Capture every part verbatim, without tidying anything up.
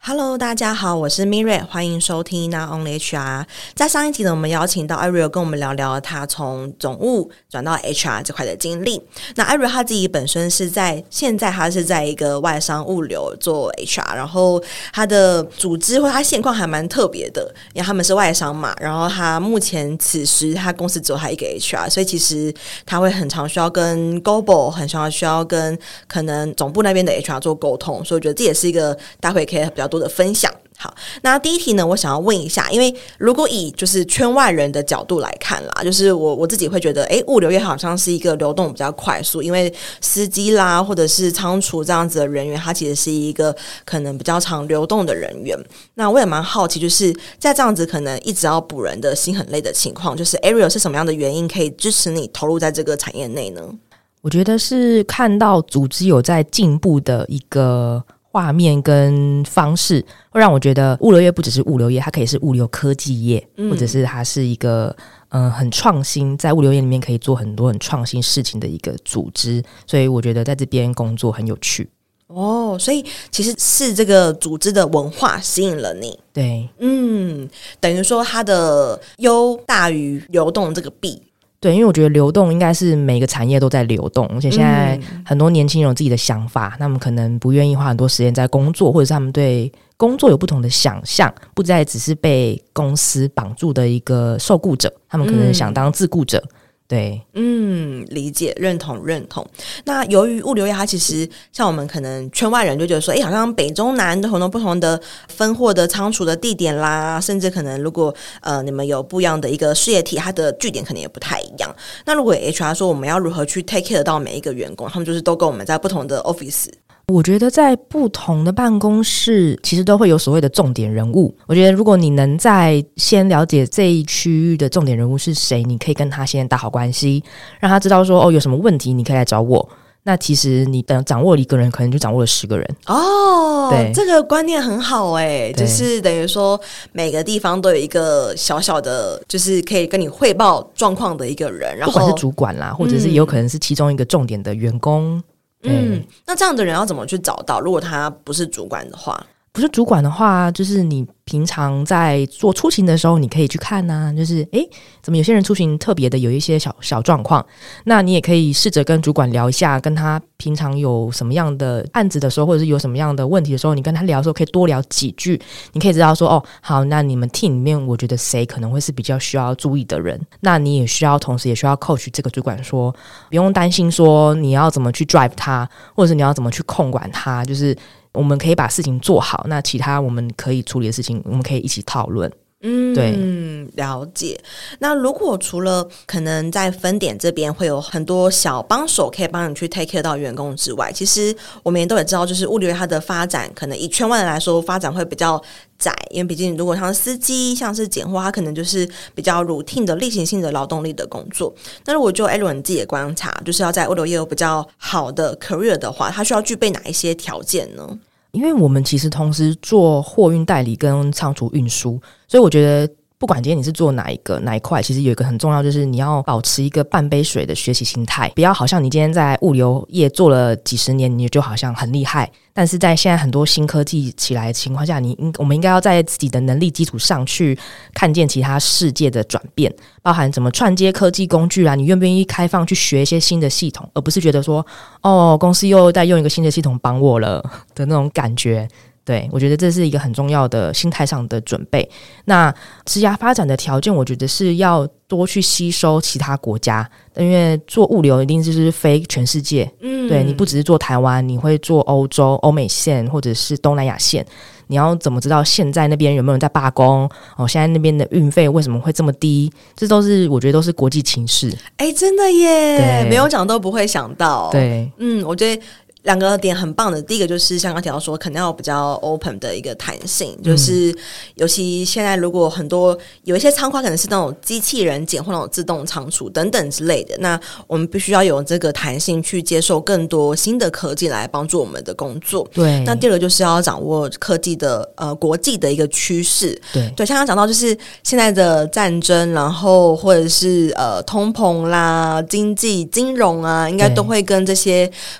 Hello， 大家好，我是 Miri， 欢迎收听 Not Only H R。在上一集呢，我们邀请到 Ariel 跟我们聊聊他从总务转到 H R 这块的经历。那 Ariel 他自己本身是在现在他是在一个外商物流做 H R， 然后他的组织或他现况还蛮特别的，因为他们是外商嘛，然后他目前此时他公司只有他一个 H R， 所以其实他会很常需要跟 Global 很常需要跟可能总部那边的 H R 做沟通，所以我觉得这也是一个待会可以比较多的分享。好，那第一题呢，我想要问一下，因为如果以就是圈外人的角度来看啦，就是我我自己会觉得，诶，物流业好像是一个流动比较快速，因为司机啦或者是仓储这样子的人员，他其实是一个可能比较常流动的人员。那我也蛮好奇，就是在这样子可能一直要补人的心很累的情况，就是 Ariel 是什么样的原因可以支持你投入在这个产业内呢？ 我觉得是看到组织有在进步的一个画面跟方式，会让我觉得物流业不只是物流业，它可以是物流科技业，嗯、或者是它是一个嗯很创新，在物流业里面可以做很多很创新事情的一个组织，所以我觉得在这边工作很有趣。 哦，所以其实是这个组织的文化吸引了你。 对， 嗯，等于说它的优大于流动这个弊。 对，因为我觉得流动应该是每个产业都在流动，而且现在很多年轻人有自己的想法，他们可能不愿意花很多时间在工作，或者是他们对工作有不同的想象，不再只是被公司绑住的一个受雇者，他们可能想当自雇者。嗯对， 嗯，理解，认同，认同。那由于物流业，它其实像我们可能圈外人就觉得说，哎，好像北中南都很多不同的分货的仓储的地点啦，甚至可能如果呃你们有不一样的一个事业体，它的据点可能也不太一样。那如果 H R 说我们要如何去 take care 到每一个员工，他们就是都跟我们在不同的 office。 我觉得在不同的办公室其实都会有所谓的重点人物，我觉得如果你能在先了解这一区域的重点人物是谁，你可以跟他先打好关系，让他知道说哦有什么问题你可以来找我，那其实你等掌握了一个人可能就掌握了十个人。 哦， 对， 这个观念很好耶，就是等于说每个地方都有一个小小的就是可以跟你汇报状况的一个人，然后不管是主管啦，或者是也有可能是其中一个重点的员工。 嗯，那这样的人要怎么去找到？如果他不是主管的话， 不是主管的话，就是你平常在做出勤的时候，你可以去看啊，就是诶，怎么有些人出勤特别的有一些小小状况，那你也可以试着跟主管聊一下，跟他平常有什么样的案子的时候，或者是有什么样的问题的时候，你跟他聊的时候可以多聊几句，你可以知道说哦，好，那你们 team 里面我觉得谁可能会是比较需要注意的人，那你也需要同时也需要 coach 这个主管说，不用担心说你要怎么去 drive 他，或者是你要怎么去控管他，就是我们可以把事情做好，那其他我们可以处理的事情我们可以一起讨论。 嗯， 对， 了解。那如果除了可能在分点这边会有很多小帮手可以帮你去 take care 到员工之外，其实我们也都也知道，就是物流业它的发展可能以圈外人来说发展会比较窄，因为毕竟如果像是司机像是拣货，它可能就是比较 routine 的例行性的劳动力的工作。那如果就 Ariel 你自己的观察，就是要在物流业有比较好的 career 的话，它需要具备哪一些条件呢？ 因为我们其实同时做货运代理跟仓储运输，所以我觉得不管今天你是做哪一个哪一块，其实有一个很重要，就是你要保持一个半杯水的学习心态，不要好像你今天在物流业做了几十年，你就好像很厉害，但是在现在很多新科技起来的情况下，你我们应该要在自己的能力基础上去看见其他世界的转变，包含怎么串接科技工具啊，你愿不愿意开放去学一些新的系统，而不是觉得说哦公司又在用一个新的系统帮我了的那种感觉。对，我觉得这是一个很重要的心态上的准备。那职涯发展的条件，我觉得是要多去吸收其他国家，因为做物流一定就是飞全世界。嗯，对，你不只是做台湾，你会做欧洲、欧美线或者是东南亚线。你要怎么知道现在那边有没有人在罢工？哦，现在那边的运费为什么会这么低？这都是我觉得都是国际情势。 哎，真的耶，没有讲都不会想到。 对， 嗯，我觉得两个点很棒的，第一个就是像刚提到说可能要有比较 open 的一个弹性，就是尤其现在如果很多有一些仓库可能是那种机器人拣或那种自动仓储等等之类的，那我们必须要有这个弹性去接受更多新的科技来帮助我们的工作。 对， 那第二个就是要掌握科技的呃国际的一个趋势。 对对，像刚讲到就是现在的战争，然后或者是呃通膨啦、经济金融啊，应该都会跟这些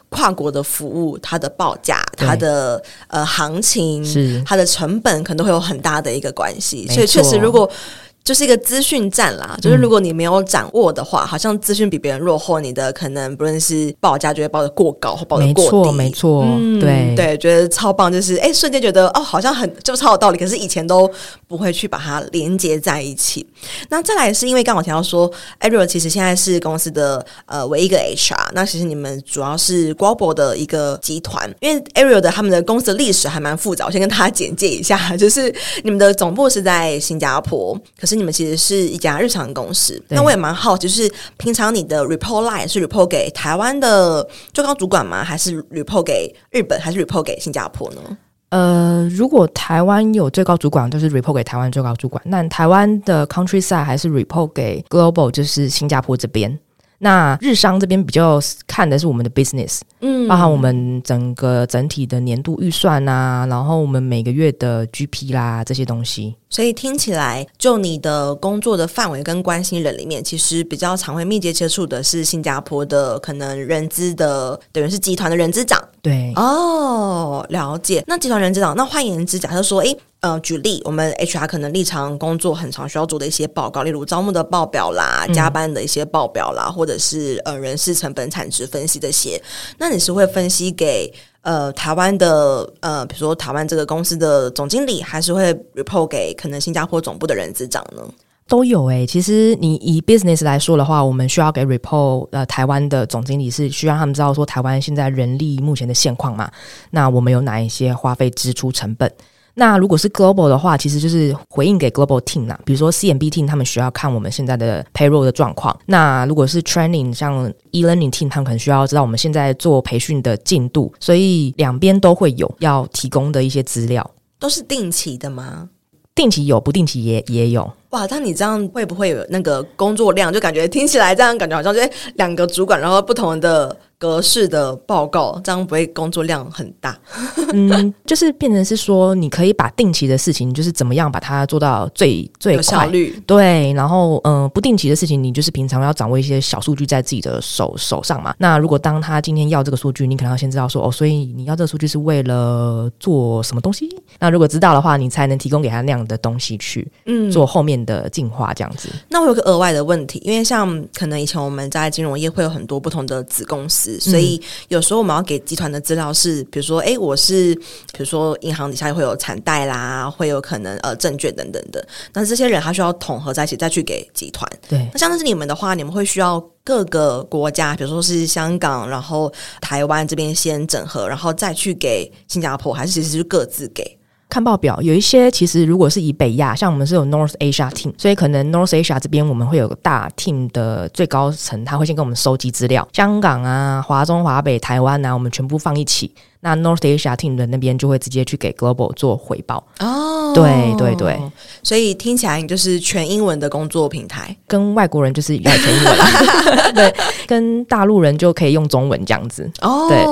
跨国的服务，它的报价、它的呃行情、 是它的成本，可能都会有很大的一个关系。所以确实，如果就是一个资讯战啦，就是如果你没有掌握的话，嗯、好像资讯比别人落后，你的可能不论是报价就会报得过高或报得过低， 没错，没错，嗯、对对，觉得超棒，就是哎，瞬间觉得哦，好像很就超有道理，可是以前都不会去把它连接在一起。那再来是因为刚好提到说 Ariel 其实现在是公司的呃唯一一个 H R， 那其实你们主要是 Global 的一个集团，因为 Ariel 的他们的公司的历史还蛮复杂，我先跟大家简介一下，就是你们的总部是在新加坡，可是你们其实是一家日常公司。那我也蛮好奇，就是平常你的 report line 是 report 给台湾的最高主管吗？还是 report 给日本？还是 report 给新加坡呢？ 呃，如果台湾有最高主管，就是 report 给台湾最高主管。那台湾的 country side 还是 report 给 global， 就是新加坡这边。那日商这边比较看的是我们的 business， 嗯，包含我们整个整体的年度预算啊，然后我们每个月的 G P 啦这些东西。 所以听起来，就你的工作的范围跟关心人里面，其实比较常会密切接触的是新加坡的可能人资的，等于是集团的人资长。 对， 哦，了解。那集团人资长，那换言之，假设说，诶，呃，举例，我们 H R 可能日常工作很常需要做的一些报告，例如招募的报表啦、加班的一些报表啦，嗯、或者是呃人事成本产值分析这些，那你是会分析给呃台湾的呃，比如说台湾这个公司的总经理，还是会 report 给可能新加坡总部的人资长呢？ 都有诶、欸，其实你以 business 来说的话，我们需要给 report 呃台湾的总经理，是需要他们知道说台湾现在人力目前的现况嘛，那我们有哪一些花费支出成本。那如果是 global 的话，其实就是回应给 global team 啦，比如说 C M B team 他们需要看我们现在的 payroll 的状况。那如果是 training 像 e-learning team 他们可能需要知道我们现在做培训的进度，所以两边都会有要提供的一些资料。 都是定期的吗？ 定期有，不定期也也有。 哇，但你这样会不会有那个工作量？就感觉听起来这样，感觉好像就两个主管，然后不同的格式的报告，这样不会工作量很大？ 嗯，就是变成是说，你可以把定期的事情，就是怎么样把它做到最最快有效率。 对，然后嗯、呃，不定期的事情，你就是平常要掌握一些小数据在自己的手手上嘛。那如果当他今天要这个数据，你可能要先知道说，哦，所以你要这个数据是为了做什么东西？那如果知道的话，你才能提供给他那样的东西去，嗯，做后面的进化这样子。 那我有个额外的问题，因为像可能以前我们在金融业会有很多不同的子公司，所以有时候我们要给集团的资料是，比如说，哎，我是比如说银行底下会有产贷啦，会有可能呃证券等等的，那这些人他需要统合在一起再去给集团。 对， 那像是你们的话，你们会需要各个国家，比如说是香港，然后台湾这边先整合，然后再去给新加坡，还是其实就各自给？ 看报表，有一些其实如果是以北亚，像我们是有 North Asia team， 所以可能 North Asia 这边我们会有个大 team 的最高层，他会先跟我们收集资料，香港啊、华中、华北、台湾啊，我们全部放一起。那 North Asia team 的那边就会直接去给 Global 做回报。哦，对对对， 所以听起来就是全英文的工作平台， 跟外国人就是要全英文啦，对，跟大陆人就可以用中文这样子。 哦，对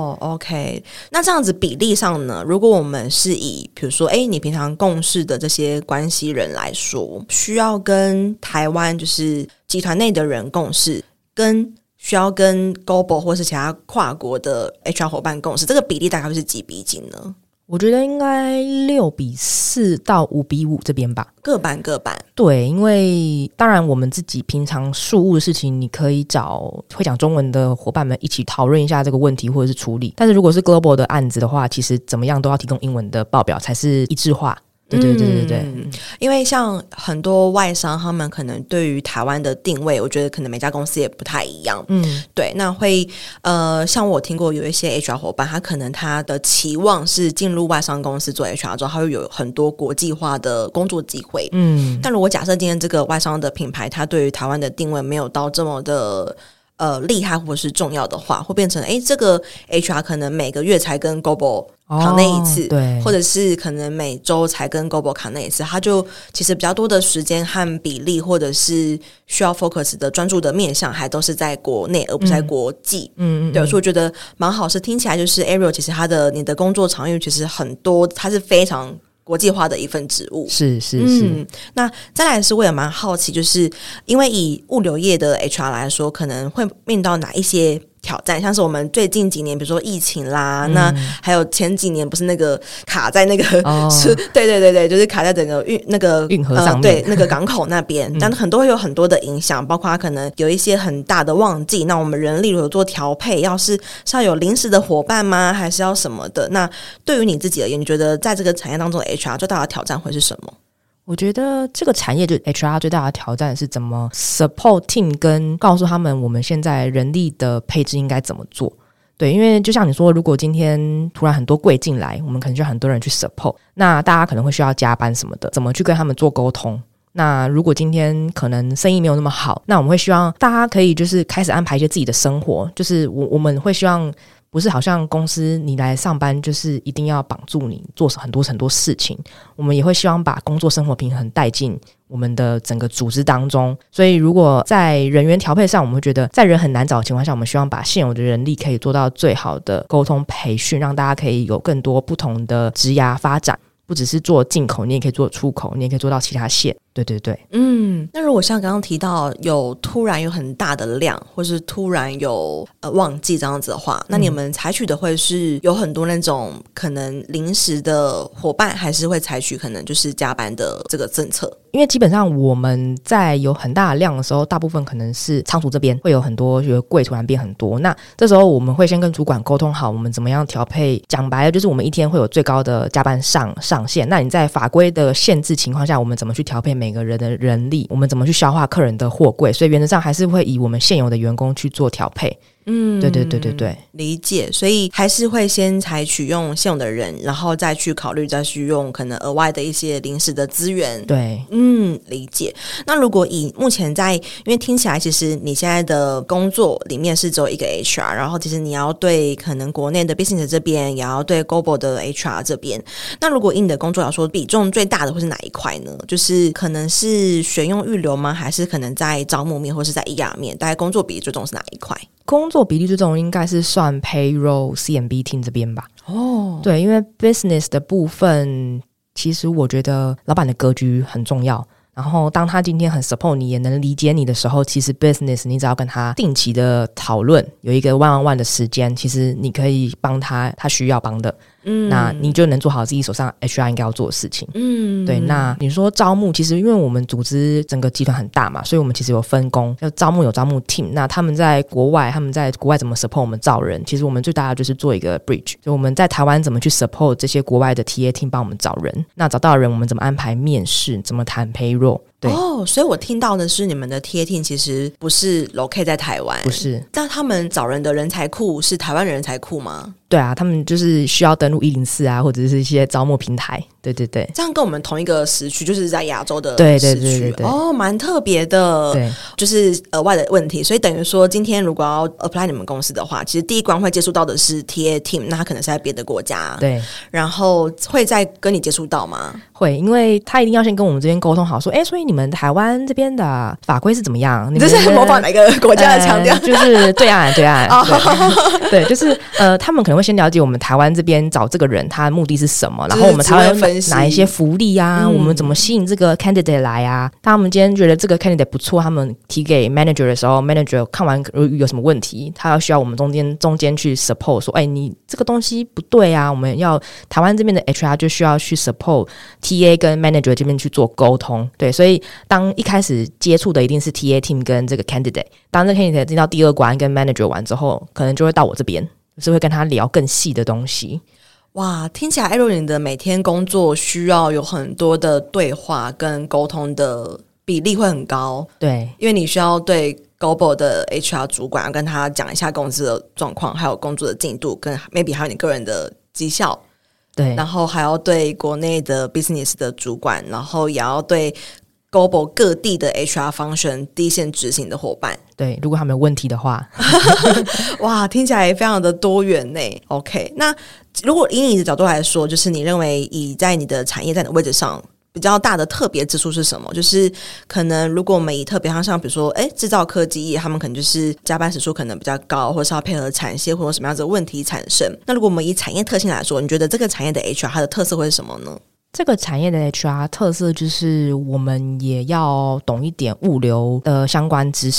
，OK， 那这样子比例上呢？如果我们是以比如说，哎，你平常共事的这些关系人来说，需要跟台湾就是集团内的人共事，跟需要跟 Global 或是其他跨国的 H R 伙伴共事，这个比例大概会是几比几呢？ 我觉得应该六比四到五比五这边吧， 各半各半。 对，因为当然我们自己平常事务的事情，你可以找会讲中文的伙伴们一起讨论一下这个问题或者是处理。但是如果是 Global 的案子的话，其实怎么样都要提供英文的报表才是一致化。对对对对对、嗯， 因为像很多外商，他们可能对于台湾的定位，我觉得可能每家公司也不太一样。嗯，对，那会呃，像我听过有一些 H R 伙伴，他可能他的期望是进入外商公司做 H R 之后，他会有很多国际化的工作机会。嗯，但如果假设今天这个外商的品牌，它对于台湾的定位没有到这么的呃厉害或是重要的话，会变成哎，这个 H R 可能每个月才跟 Global扛那一次、哦、对，或者是可能每周才跟 Global 扛那一次，他就其实比较多的时间和比例，或者是需要 focus 的专注的面向，还都是在国内，而不是在国际。嗯嗯，对，所以我觉得蛮好，是听起来就是 Ariel 其实他的你的工作场域其实很多，它是非常国际化的一份职务。 是是是、嗯、 那再来是我也蛮好奇，就是因为以物流业的 H R 来说，可能会面到哪一些挑战，像是我们最近几年比如说疫情啦、嗯、那还有前几年不是那个卡在那个、哦、对对对对，就是卡在整个运那个运河上面、呃、 对那个港口那边但很多会有很多的影响，包括可能有一些很大的旺季，那我们人力有做调配，要是是要有临时的伙伴吗，还是要什么的？那对于你自己而言，你觉得在这个产业当中的 H R 最大的挑战会是什么？ 我觉得这个产业就 H R 最大的挑战是怎么 support team 跟告诉他们我们现在人力的配置应该怎么做。对，因为就像你说，如果今天突然很多柜进来，我们可能就很多人去 support， 那大家可能会需要加班什么的，怎么去跟他们做沟通。那如果今天可能生意没有那么好，那我们会希望大家可以就是开始安排一些自己的生活，就是我我们会希望不是好像公司你来上班就是一定要绑住你做很多很多事情，我们也会希望把工作生活平衡带进我们的整个组织当中。所以如果在人员调配上，我们会觉得在人很难找的情况下，我们希望把现有的人力可以做到最好的沟通培训，让大家可以有更多不同的职涯发展，不只是做进口，你也可以做出口，你也可以做到其他线。对对对， 嗯，那如果像刚刚提到有突然有很大的量，或是突然有呃旺季这样子的话，那你们采取的会是有很多那种可能临时的伙伴，还是会采取可能就是加班的这个政策？ 因为基本上我们在有很大的量的时候，大部分可能是仓储这边会有很多有柜突然变很多，那这时候我们会先跟主管沟通好我们怎么样调配，讲白了就是我们一天会有最高的加班上上限，那你在法规的限制情况下，我们怎么去调配每个人的人力，我们怎么去消化客人的货柜，所以原则上还是会以我们现有的员工去做调配。嗯，对对对对对， 理解。所以还是会先采取用现有的人，然后再去考虑再去用可能额外的一些临时的资源。 对， 嗯，理解。那如果以目前在，因为听起来其实你现在的工作里面是只有一个 H R， 然后其实你要对可能国内的 business 这边，也要对 global 的 H R 这边。那如果以你的工作来说，比重最大的会是哪一块呢？就是可能是选用预留吗？还是可能在招募面或是在 E R 面？大概工作比最重是哪一块？ 工作比例最重应该是算 payroll C M B team 这边吧。 哦， 对，因为 business 的部分其实我觉得老板的格局很重要，然后当他今天很 support 你也能理解你的时候，其实 business 你只要跟他定期的讨论，有一个 one on one 的时间，其实你可以帮他他需要帮的，嗯，那你就能做好自己手上 H R 应该要做的事情。嗯，对。那你说招募，其实因为我们组织整个集团很大嘛，所以我们其实有分工，要招募有招募 team， 那他们在国外他们在国外怎么 support 我们招人，其实我们最大的就是做一个 bridge， 就我们在台湾怎么去 support 这些国外的 T A team 帮我们找人，那找到的人我们怎么安排面试，怎么谈 payroll。对哦，所以我听到的是你们的 T A team 其实不是 locate 在台湾， 不是， 但他们找人的人才库是台湾人才库吗？ 对啊，他们就是需要登录一零四啊，或者是一些招募平台。对对对， 这样跟我们同一个时区，就是在亚洲的时区。 对对对对对， 哦，蛮特别的。 对， 就是额外的问题。所以等于说，今天如果要 apply 你们公司的话，其实第一关会接触到的是 T A team， 那他可能是在别的国家。 对， 然后会再跟你接触到吗？ 会，因为他一定要先跟我们这边沟通好，说，哎，所以你们台湾这边的法规是怎么样？ 你这是模仿哪个国家的腔调？ 呃、就是对岸，对岸。对, 对，就是呃，他们可能会先了解我们台湾这边找这个人，他的目的是什么，然后我们台湾哪一些福利啊、嗯，我们怎么吸引这个 candidate 来啊？他们今天觉得这个 candidate 不错，他们提给 manager 的时候 ，manager 看完有什么问题，他要需要我们中间中间去 support， 说，哎，你这个东西不对啊，我们要台湾这边的 H R 就需要去 support T A 跟 manager 这边去做沟通。对，所以当一开始接触的一定是 T A team 跟这个 candidate， 当这个 candidate 进到第二关跟 manager 完之后，可能就会到我这边，就是会跟他聊更细的东西。 哇，听起来 Ariel 你的每天工作需要有很多的对话跟沟通的比例会很高。 对， 因为你需要对 Global 的 H R 主管跟他讲一下公司的状况，还有工作的进度，跟 maybe 还有你个人的绩效。 对， 然后还要对国内的 business 的主管，然后也要对 Global 各地的 H R function 第一线执行的伙伴。 对，如果他们有问题的话。 哇，听起来非常的多元呢。 OK， 那如果以你的角度来说，就是你认为以在你的产业在你的位置上比较大的特别之处是什么？就是可能如果我们以特别像比如说哎，制造科技业，他们可能就是加班时数可能比较高，或是要配合产线，或者什么样子的问题产生。那如果我们以产业特性来说，你觉得这个产业的 H R 它的特色会是什么呢？ 这个产业的 H R 特色就是我们也要懂一点物流的相关知识。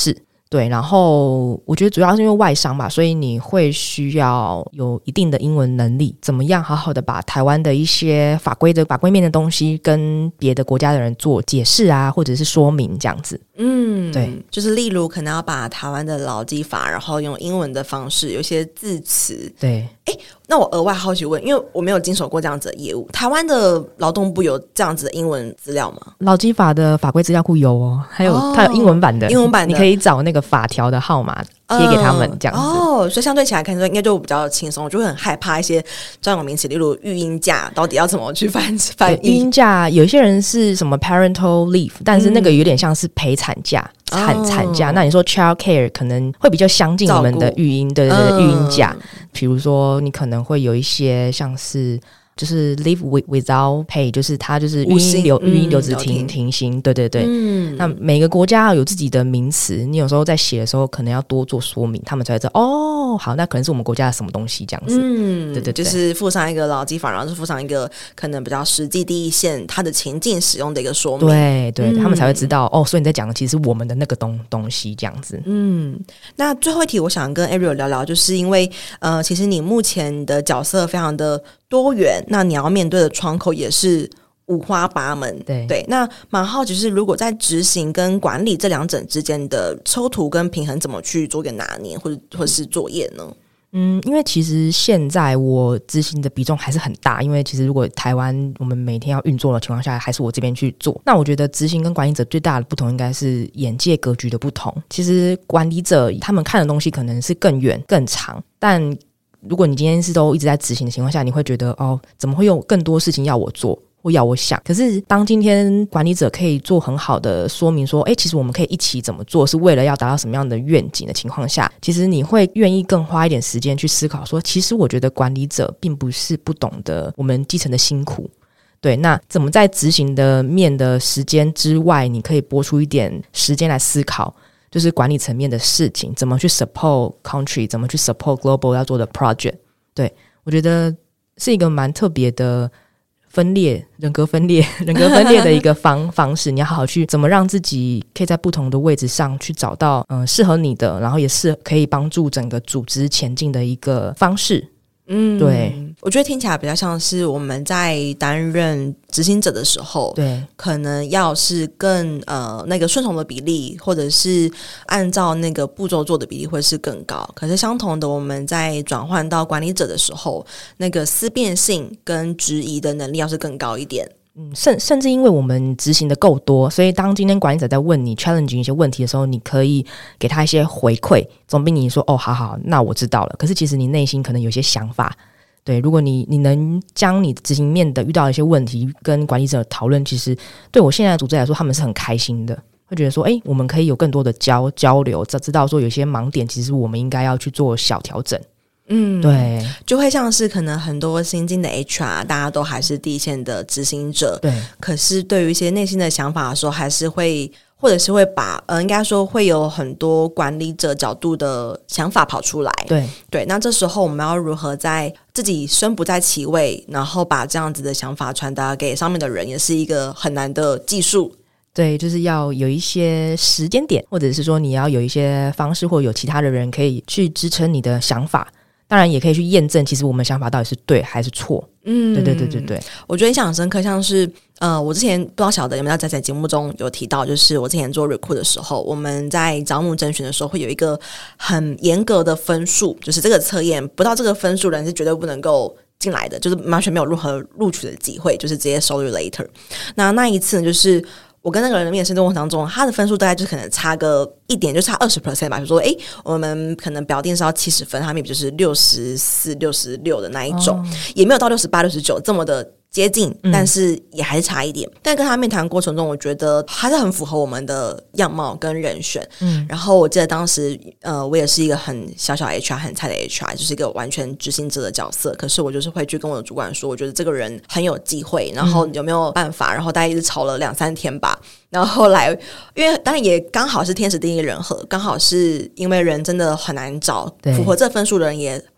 对，然后我觉得主要是因为外商吧，所以你会需要有一定的英文能力，怎么样好好的把台湾的一些法规的法规面的东西跟别的国家的人做解释啊，或者是说明这样子。 嗯， 对， 就是例如可能要把台湾的劳基法，然后用英文的方式，有些字词。 对， 哎，那我额外好奇问，因为我没有经手过这样子的业务，台湾的劳动部有这样子的英文资料吗？ 劳基法的法规资料库有哦，还有、哦、它有英文版的， 英文版的你可以找那个法条的号码贴给他们这样子、 嗯、哦，所以相对起来看应该就比较轻松，我就会很害怕一些专有名词，例如育婴假到底要怎么去翻翻译。 育婴假有一些人是什么 parental leave， 但是那个有点像是陪产假、嗯、产产假、哦、那你说 child care 可能会比较相近我们的育婴的育婴假，比如说你可能会有一些像是就是 leave without pay， 就是它就是育婴留育婴留职停停薪，对对对。嗯，那每个国家有自己的名词，你有时候在写的时候可能要多做说明，他们才会知道哦，好，那可能是我们国家的什么东西这样子。嗯，对对对， 就是附上一个劳基法，然后是附上一个可能比较实际第一线它的情境使用的一个说明。 对对、嗯，他们才会知道哦，所以你在讲的其实是我们的那个东东西这样子。 嗯，那最后一题我想跟 Ariel 聊聊，就是因为呃，其实你目前的角色非常的多元，那你要面对的窗口也是五花八门。 对对，那蛮好奇是如果在执行跟管理这两者之间的抽图跟平衡怎么去做个拿捏或者或是作业呢？ 嗯，因为其实现在我执行的比重还是很大，因为其实如果台湾我们每天要运作的情况下还是我这边去做，那我觉得执行跟管理者最大的不同应该是眼界格局的不同。其实管理者他们看的东西可能是更远更长，但如果你今天是都一直在执行的情况下，你会觉得哦，怎么会有更多事情要我做或要我想。可是当今天管理者可以做很好的说明说，诶，其实我们可以一起怎么做，是为了要达到什么样的愿景的情况下，其实你会愿意更花一点时间去思考说，其实我觉得管理者并不是不懂得我们基层的辛苦。对，那怎么在执行的面的时间之外，你可以拨出一点时间来思考，就是管理层面的事情，怎么去 support country， 怎么去 support global 要做的 project。 对，我觉得是一个蛮特别的分裂人格分裂人格分裂的一个方方式，你要好好去怎么让自己可以在不同的位置上去找到嗯适合你的，然后也是可以帮助整个组织前进的一个方式。嗯，对， 我觉得听起来比较像是我们在担任执行者的时候， 对， 可能要是更呃那个顺从的比例，或者是按照那个步骤做的比例会是更高。可是相同的，我们在转换到管理者的时候，那个思辨性跟质疑的能力要是更高一点。 嗯，甚甚至因为我们执行的够多，所以当今天管理者在问你 challenge 一些问题的时候，你可以给他一些回馈，总比你说哦好好那我知道了，可是其实你内心可能有些想法。对，如果你你能将你执行面的遇到的一些问题跟管理者讨论，其实对我现在的组织来说他们是很开心的，会觉得说诶，我们可以有更多的交交流，知道说有些盲点其实我们应该要去做小调整。嗯，对， 就会像是可能很多新进的 H R 大家都还是第一线的执行者， 对， 可是对于一些内心的想法的时候，还是会或者是会把呃，应该说会有很多管理者角度的想法跑出来。 对对，那这时候我们要如何在自己身不在其位，然后把这样子的想法传达给上面的人，也是一个很难的技术。 对，就是要有一些时间点，或者是说你要有一些方式，或有其他的人可以去支撑你的想法，当然也可以去验证其实我们想法到底是对还是错。嗯，对对对对对， 我觉得印象很深刻，像是呃，我之前不知道晓得有没有在在节目中有提到，就是我之前做 recruit 的时候，我们在招募甄选的时候会有一个很严格的分数，就是这个测验不到这个分数的人是绝对不能够进来的，就是完全没有任何录取的机会，就是直接收 you later。那那一次呢，就是我跟那个人的面试过程当中，他的分数大概就可能差个一点，就差 百分之二十 吧。比如说，诶，我们可能表定是要七十分，他们就是六十四、六十六的那一种，哦、也没有到六十八、六十九这么的接近，但是也还是差一点。嗯、但跟他面谈过程中，我觉得还是很符合我们的样貌跟人选。嗯，然后我记得当时，呃，我也是一个很小小 H R、很菜的 H R， 就是一个完全执行者的角色。可是我就是会去跟我的主管说，我觉得这个人很有机会，然后有没有办法？然后大概一直吵了两三天吧。然后后来，因为当然也刚好是天时地利人和，刚好是因为人真的很难找，符合这分数的人也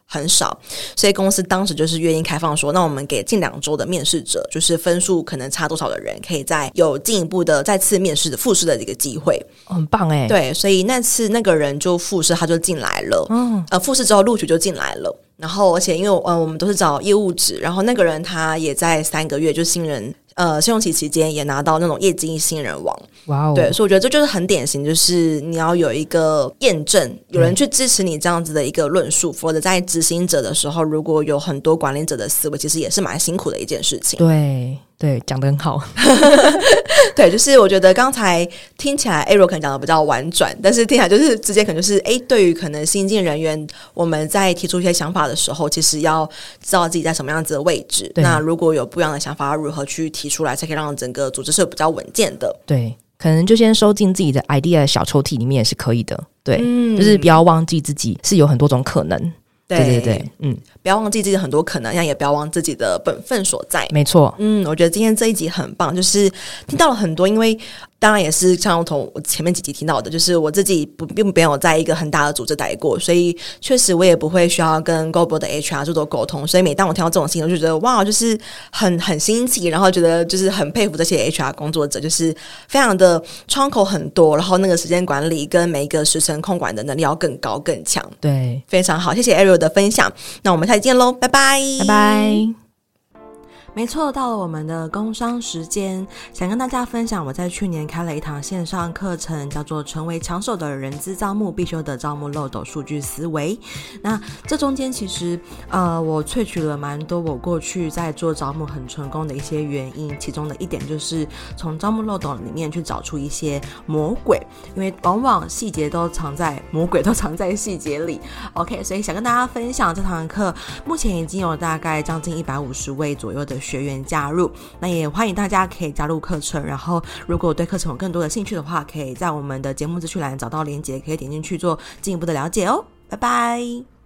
很少，所以公司当时就是愿意开放说，那我们给近两周的面试者，就是分数可能差多少的人，可以再有进一步的再次面试的复试的一个机会。 很棒哎。 对，所以那次那个人就复试，他就进来了，嗯，呃，复试之后录取就进来了。然后而且因为呃我们都是找业务职，然后那个人他也在三个月就新人呃试用期期间也拿到那种业绩新人王。 哇哦！ 对，所以我觉得这就是很典型，就是你要有一个验证，有人去支持你这样子的一个论述，否则在执行者的时候，如果有很多管理者的思维，其实也是蛮辛苦的一件事情。 对对，讲得很好。 对，就是我觉得刚才听起来 Ariel 可能讲的比较婉转，但是听起来就是直接可能就是哎，对于可能新进人员，我们在提出一些想法的时候，其实要知道自己在什么样子的位置。那如果有不一样的想法，要如何去提出来，才可以让整个组织是比较稳健的。 对，可能就先收进自己的 idea 小抽屉里面也是可以的。对，嗯，就是不要忘记自己是有很多种可能。对对对，嗯， 不要忘记自己很多可能，但也不要忘自己的本分所在。 没错， 嗯，我觉得今天这一集很棒，就是听到了很多，因为当然也是像从我前面几集听到的，就是我自己不并没有在一个很大的组织待过，所以确实我也不会需要跟 Global 的 H R 去做沟通，所以每当我听到这种事情，我就觉得哇，就是很很新奇，然后觉得就是很佩服这些 H R 工作者，就是非常的窗口很多，然后那个时间管理跟每一个时程控管的能力要更高更强。 对， 非常好，谢谢 Ariel 的分享，那我们下期见咯，拜拜拜拜。 没错，到了我们的工商时间，想跟大家分享我在去年开了一堂线上课程，叫做成为抢手的人资招募必修的招募漏斗数据思维。那这中间其实呃，我萃取了蛮多我过去在做招募很成功的一些原因，其中的一点就是从招募漏斗里面去找出一些魔鬼，因为往往细节都藏在魔鬼都藏在细节里。 OK， 所以想跟大家分享这堂课目前已经有大概将近一百五十位左右的学员加入，那也欢迎大家可以加入课程，然后如果对课程有更多的兴趣的话，可以在我们的节目资讯栏找到连结，可以点进去做进一步的了解哦。拜拜。